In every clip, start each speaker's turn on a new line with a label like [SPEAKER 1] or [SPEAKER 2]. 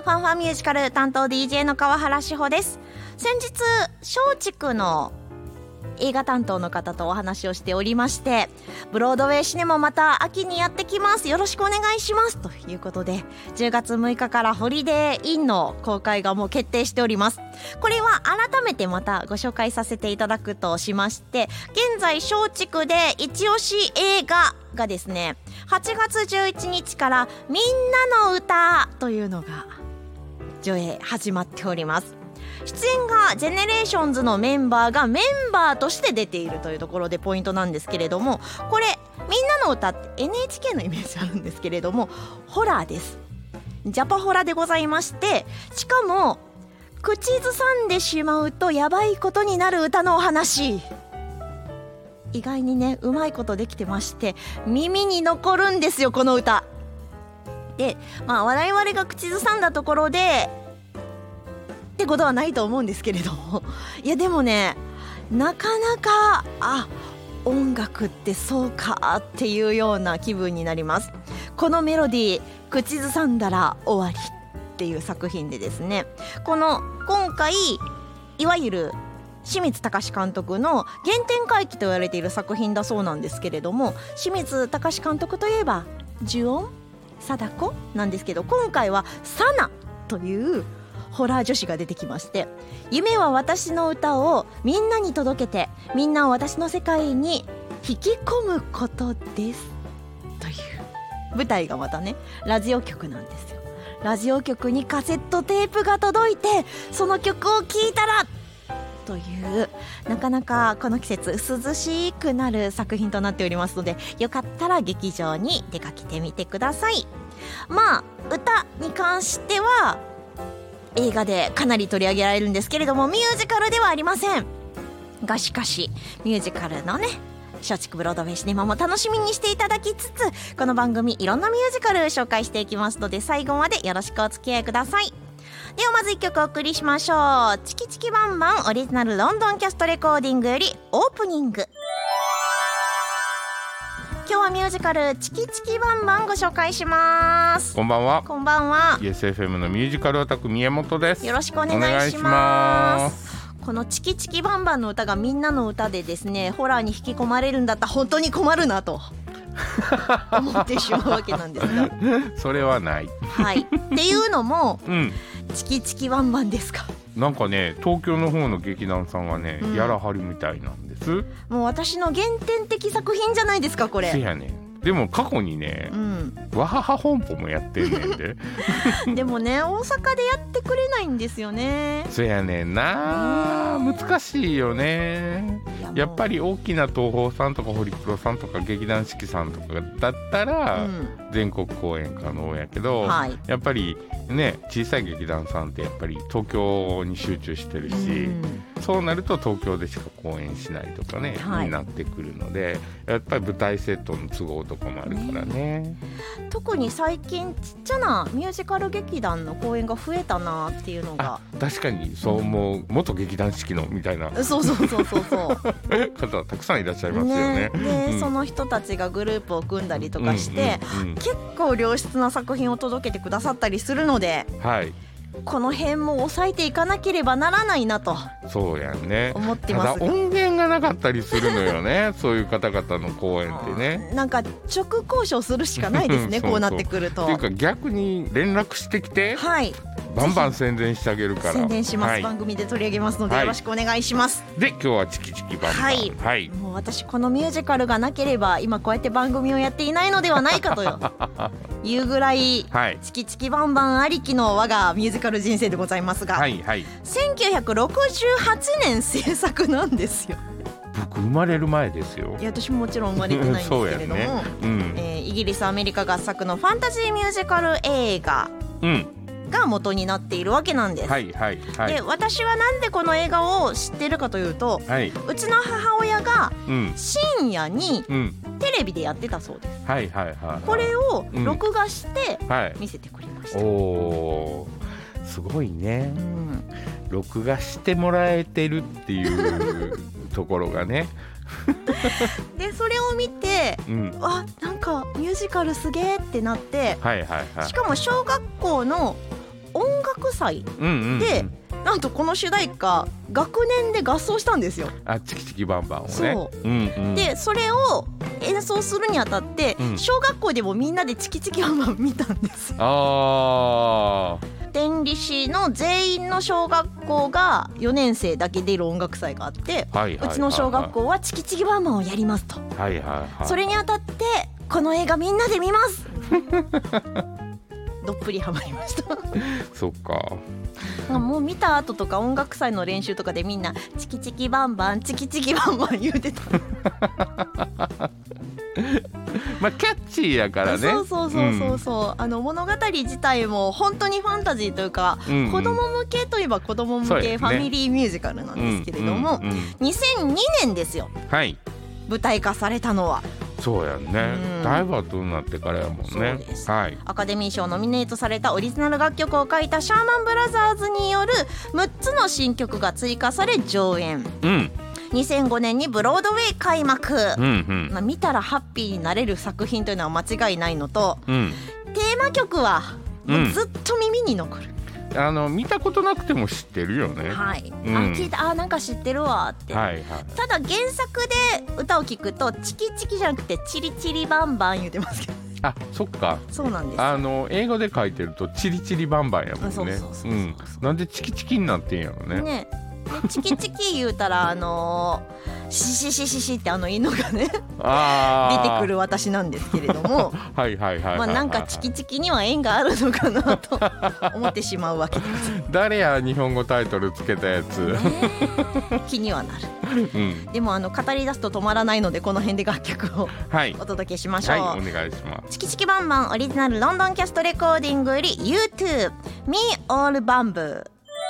[SPEAKER 1] ファンファンミュージカル担当 DJ の川原志保です。先日松竹の映画担当の方とお話をしておりまして、ブロードウェイシネマまた秋にやってきます、よろしくお願いしますということで、10月6日からホリデーインの公開がもう決定しております。これは改めてまたご紹介させていただくとしまして、現在松竹で一押し映画がですね、8月11日からみんなの歌というのが上映始まっております。出演がジェネレーションズのメンバーがメンバーとして出ているというところでポイントなんですけれども、これみんなの歌って NHK のイメージあるんですけれども、ホラーです。ジャパホラでございまして、しかも口ずさんでしまうとやばいことになる歌のお話、意外にねうまいことできてまして、耳に残るんですよこの歌で。我々が口ずさんだところでってことはないと思うんですけれども、いやでもね、なかなか音楽ってそうかっていうような気分になります。このメロディー口ずさんだら終わりっていう作品でですね、今回いわゆる清水崇監督の原点回帰と言われている作品だそうなんですけれども、清水崇監督といえば呪音貞子なんですけど、今回はサナというホラー女子が出てきまして、夢は私の歌をみんなに届けて、みんなを私の世界に引き込むことですという舞台がまたねラジオ局なんですよ。ラジオ局にカセットテープが届いて、その曲を聴いたらという、なかなかこの季節涼しくなる作品となっておりますので、よかったら劇場に出かけてみてください。歌に関しては映画でかなり取り上げられるんですけれども、ミュージカルではありませんが、しかしミュージカルのね松竹ブロードウェイシネマも楽しみにしていただきつつ、この番組いろんなミュージカル紹介していきますので、最後までよろしくお付き合いください。ではまず1曲お送りしましょう。チキチキバンバンオリジナルロンドンキャストレコーディングよりオープニング。今日はミュージカルチキチキバンバンご紹介します。
[SPEAKER 2] こんばんは。
[SPEAKER 1] こんばんは。
[SPEAKER 2] YesFM のミュージカルオタク宮本です。
[SPEAKER 1] よろしくお願いします。このチキチキバンバンの歌がみんなの歌でですね、ホラーに引き込まれるんだったら本当に困るなと思ってしまうわけなんですが
[SPEAKER 2] それはない、
[SPEAKER 1] はい、っていうのも、チキチキバンバンですか。
[SPEAKER 2] なんかね、東京の方の劇団さんがね、やらはるみたいなんです。
[SPEAKER 1] もう私の原点的作品じゃないですかこれ。
[SPEAKER 2] せやねん。でも過去にね、わはは本舗もやってんねんで
[SPEAKER 1] でもね、大阪でやってくれないんですよね。
[SPEAKER 2] せやねんな、難しいよね。やっぱり大きな東宝さんとかホリプロさんとか劇団四季さんとかだったら全国公演可能やけど、やっぱりね、小さい劇団さんってやっぱり東京に集中してるし、そうなると東京でしか公演しないとかね、になってくるので、やっぱり舞台セットの都合とかもあるからね。
[SPEAKER 1] 特に最近ちっちゃなミュージカル劇団の公演が増えたなっていうのが。
[SPEAKER 2] 確かにそう思う。元劇団四季のみたいな
[SPEAKER 1] そう
[SPEAKER 2] 方たくさんいらっしゃいますよね。
[SPEAKER 1] で、その人たちがグループを組んだりとかして、結構良質な作品を届けてくださったりするので、この辺も抑えていかなければならないなと。
[SPEAKER 2] そうやんね、
[SPEAKER 1] 思ってますが、
[SPEAKER 2] ただ音源がなかったりするのよねそういう方々の公演ってね。
[SPEAKER 1] なんか直交渉するしかないですねこうなってくると。
[SPEAKER 2] っていうか逆に連絡してきて、バンバン宣伝してあげるから。
[SPEAKER 1] 宣伝します、番組で取り上げますのでよろしくお願いします。
[SPEAKER 2] で、今日はチキチキバンバン、
[SPEAKER 1] もう私このミュージカルがなければ今こうやって番組をやっていないのではないかというぐらい、チキチキバンバンありきの我がミュージカル人生でございますが、1968年制作なんですよ。
[SPEAKER 2] 僕生まれる前ですよ。
[SPEAKER 1] いや、私ももちろん生まれてないんですけれども、イギリスアメリカ合作のファンタジーミュージカル映画が元になっているわけなんです。で、私はなんでこの映画を知ってるかというと、うちの母親が深夜にテレビでやってたそうです。これを録画して見せてくれました。
[SPEAKER 2] おー、すごいね、録画してもらえてるっていうところがね
[SPEAKER 1] でそれを見て、なんかミュージカルすげーってなって、しかも小学校の音楽祭で、なんとこの主題歌学年で合奏したんですよ。
[SPEAKER 2] チキチキバンバンをね。
[SPEAKER 1] そう、でそれを演奏するにあたって、小学校でもみんなでチキチキバンバン見たんですよ。天理市の全員の小学校が4年生だけ出る音楽祭があって、うちの小学校はチキチキバンバンをやりますと、それにあたってこの映画みんなで見ますどっぷりハマりました
[SPEAKER 2] そっか。
[SPEAKER 1] もう見た後とか音楽祭の練習とかでみんなチキチキバンバンチキチキバンバン言うてた
[SPEAKER 2] まあキャッチーやからね。
[SPEAKER 1] そう、物語自体も本当にファンタジーというか、子供向けといえば子供向け、ファミリーミュージカルなんですけれども、2002年ですよ、舞台化されたのは。
[SPEAKER 2] そうやね、だいぶ後になってからやもんね。そうです、
[SPEAKER 1] アカデミー賞ノミネートされたオリジナル楽曲を書いたシャーマンブラザーズによる6つの新曲が追加され上演、2005年にブロードウェイ開幕、見たらハッピーになれる作品というのは間違いないのと、テーマ曲はもうずっと耳に残る、
[SPEAKER 2] 見たことなくても知ってるよね。
[SPEAKER 1] 聞いた、なんか知ってるわって、ただ原作で歌を聞くとチキチキじゃなくてチリチリバンバン言ってますけど。
[SPEAKER 2] そっか。
[SPEAKER 1] そうなんです。
[SPEAKER 2] 英語で書いてるとチリチリバンバンやもんね。なんでチキチキになってんやろね。チキチキ言うたらシシシシシって犬がね出てくる私なんですけれども、なんかチキチキには縁があるのかなと思ってしまうわけです。 誰や日本語タイトルつけたやつ、
[SPEAKER 1] 気にはなる、でも語り出すと止まらないのでこの辺で楽曲をお届けしましょう。
[SPEAKER 2] お願いします。
[SPEAKER 1] チキチキバンバンオリジナルロンドンキャストレコーディングより U2 Me All Bamboo。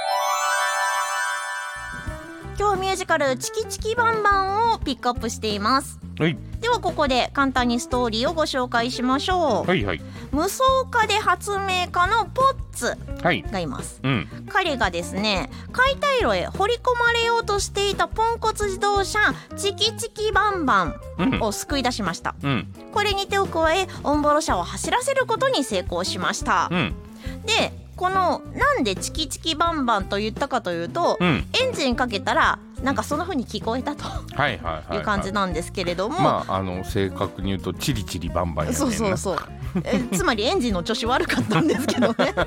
[SPEAKER 1] 今日ミュージカルチキチキバンバンをピックアップしています。ではここで簡単にストーリーをご紹介しましょう。無双家で発明家のポッツがいます、彼がですね、解体路へ掘り込まれようとしていたポンコツ自動車チキチキバンバンを救い出しました、これに手を加えオンボロ車を走らせることに成功しました、でこのなんでチキチキバンバンと言ったかというと、エンジンかけたらなんかそんな風に聞こえたという感じなんですけれども、
[SPEAKER 2] 正確に言うとチリチリバンバンやねんな。
[SPEAKER 1] そうつまりエンジンの調子悪かったんですけどね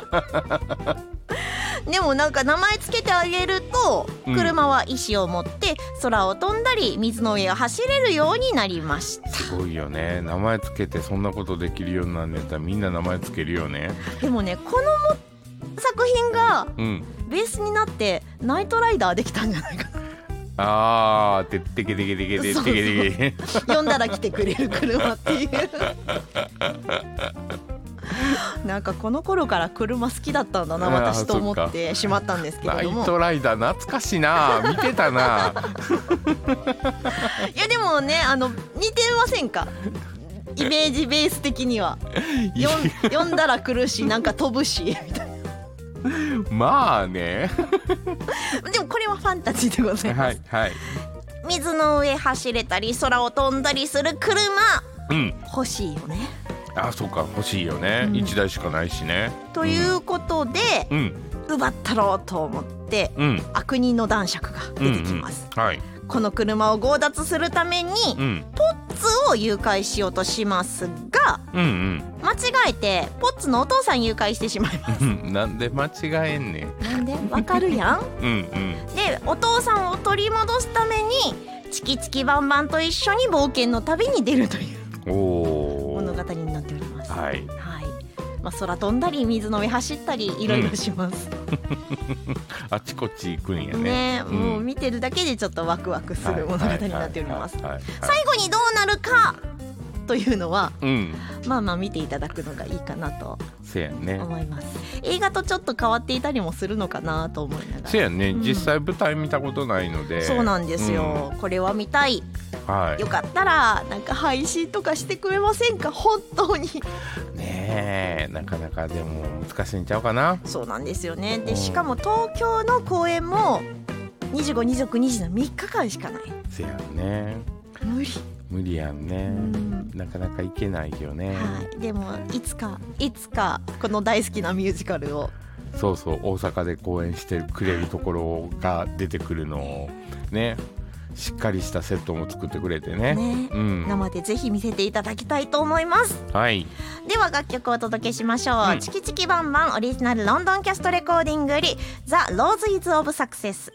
[SPEAKER 1] でもなんか名前つけてあげると、車は意志を持って空を飛んだり水の上を走れるようになりました。
[SPEAKER 2] すごいよね、名前つけてそんなことできるようになんねったらみんな名前つけるよね。
[SPEAKER 1] でもね、この作品がベースになってナイトライダーできたんじゃないかな。
[SPEAKER 2] てってけてけてけてってけてけ
[SPEAKER 1] 呼んだら来てくれる車っていうなんかこの頃から車好きだったんだな私と思ってしまったんですけれども、
[SPEAKER 2] ナイトライダー懐かしいな、見てた
[SPEAKER 1] いやでもね、似てませんか、イメージベース的には呼んだら来るし、なんか飛ぶしみたいな
[SPEAKER 2] まあね
[SPEAKER 1] でもこれはファンタジーでございます、水の上走れたり空を飛んだりする車、欲しいよね。
[SPEAKER 2] そうか、欲しいよね、1台しかないしね。
[SPEAKER 1] ということで、奪ったろうと思って、悪人の男爵が出てきます、この車を強奪するために、ポッツを誘拐しようとしますが、間違えてポッツのお父さん誘拐してしまいます
[SPEAKER 2] なんで間違えんねん。
[SPEAKER 1] なんでわかるやんでお父さんを取り戻すためにチキチキバンバンと一緒に冒険の旅に出るという物語になっております。空飛んだり水の上走ったりいろいろします、
[SPEAKER 2] あちこち行くんやね。
[SPEAKER 1] もう見てるだけでちょっとワクワクする物語になっております。最後にどうなるかというのは、見ていただくのがいいかなと思います。映画とちょっと変わっていたりもするのかなと思いながら。
[SPEAKER 2] そうやね、実際舞台見たことないので。
[SPEAKER 1] そうなんですよ、これは見たい、よかったらなんか配信とかしてくれませんか、本当に
[SPEAKER 2] ね。なかなかでも難しいんちゃうかな。
[SPEAKER 1] そうなんですよね。でしかも東京の公演も25、26、27の3日間しかない。
[SPEAKER 2] そうやね、無理やんね、なかなか行けないよね、
[SPEAKER 1] でもいつかこの大好きなミュージカルを
[SPEAKER 2] そうそう、大阪で公演してくれるところが出てくるのをね、しっかりしたセットも作ってくれてね、
[SPEAKER 1] 生でぜひ見せていただきたいと思います。
[SPEAKER 2] はい、
[SPEAKER 1] では楽曲をお届けしましょう、チキチキバンバンオリジナルロンドンキャストレコーディングより The Roses of Success。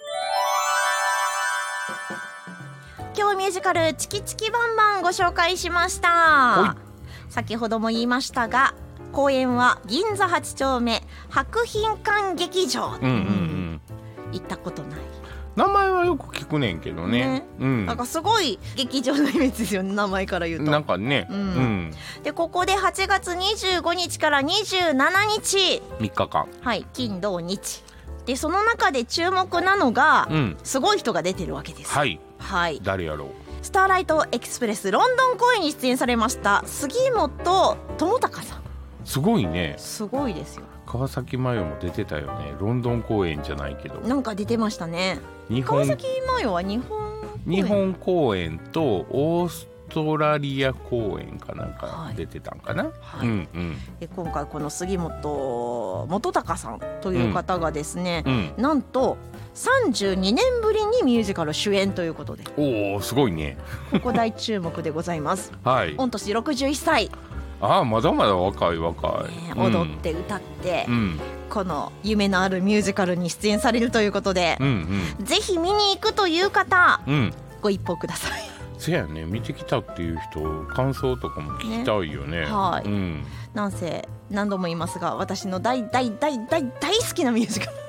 [SPEAKER 1] 今日ミュージカルチキチキバンバンご紹介しました。先ほども言いましたが、公演は銀座8丁目博品館劇場。行ったことない。
[SPEAKER 2] 名前はよく聞くねんけどね。
[SPEAKER 1] なんかすごい劇場のイメージですよね、名前から言うと。
[SPEAKER 2] なんかね、
[SPEAKER 1] でここで8月25日から27日
[SPEAKER 2] 3日間、
[SPEAKER 1] はい、金土日で、その中で注目なのが、すごい人が出てるわけです。はい、
[SPEAKER 2] 誰やろう。
[SPEAKER 1] スターライトエクスプレスロンドン公演に出演されました杉本智隆さん。
[SPEAKER 2] すごいね。
[SPEAKER 1] すごいですよ。
[SPEAKER 2] 川崎麻世も出てたよね。ロンドン公演じゃないけど
[SPEAKER 1] なんか出てましたね。川崎麻世は日本公演とオーストラリア公演かなんか出てたんかな。今回この杉本元隆さんという方がですね、なんと32年ぶりにミュージカル主演ということで、
[SPEAKER 2] おお、すごいね。
[SPEAKER 1] ここ大注目でございます。御年61歳。
[SPEAKER 2] まだまだ若い、
[SPEAKER 1] 踊って歌って、この夢のあるミュージカルに出演されるということで、ぜひ見に行くという方、ご一報ください。
[SPEAKER 2] せやね、見てきたっていう人、感想とかも聞きたいよね。
[SPEAKER 1] なんせ何度も言いますが、私の大好きなミュージカル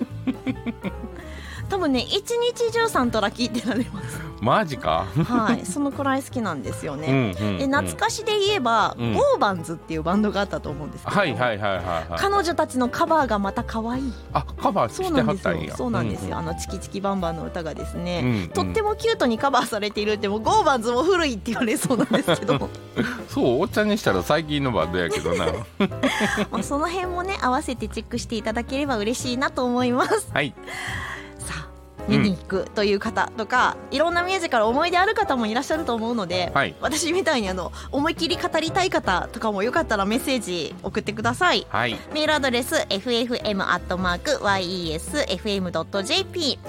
[SPEAKER 1] 多分ね、一日中サントラ聴いてられます。
[SPEAKER 2] マジか。
[SPEAKER 1] そのくらい好きなんですよね。で懐かしで言えば、ゴーバンズっていうバンドがあったと思うんですけど、彼女たちのカバーがまた可愛い。
[SPEAKER 2] カバーしてはったんや。
[SPEAKER 1] そうなんですよ。チキチキバンバンの歌がですね、とってもキュートにカバーされているって、もうゴーバンズも古いって言われそうなんですけど
[SPEAKER 2] そう、おっちゃんにしたら最近のバンドやけどな
[SPEAKER 1] その辺もね、合わせてチェックしていただければ嬉しいなと思います。見に行くという方とか、いろんなミュージカル思い出ある方もいらっしゃると思うので、私みたいに思い切り語りたい方とかもよかったらメッセージ送ってください。メールアドレス ffm@yesfm.jp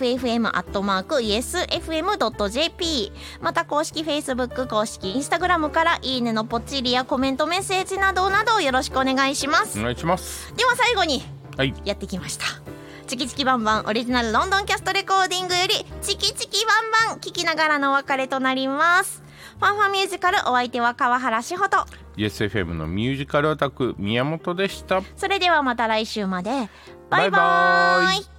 [SPEAKER 1] ffm@yesfm.jp、 また公式 Facebook、 公式 Instagram からいいねのポッチリやコメントメッセージなどなどよろしくお願いします。
[SPEAKER 2] お願いします。
[SPEAKER 1] では最後にやってきました、チキチキバンバンオリジナルロンドンキャストレコーディングよりチキチキバンバン聞きながらのお別れとなります。ファンファンミュージカル、お相手は川原志穂と
[SPEAKER 2] YesFM のミュージカルオタク宮本でした。
[SPEAKER 1] それではまた来週まで。バイバーイ。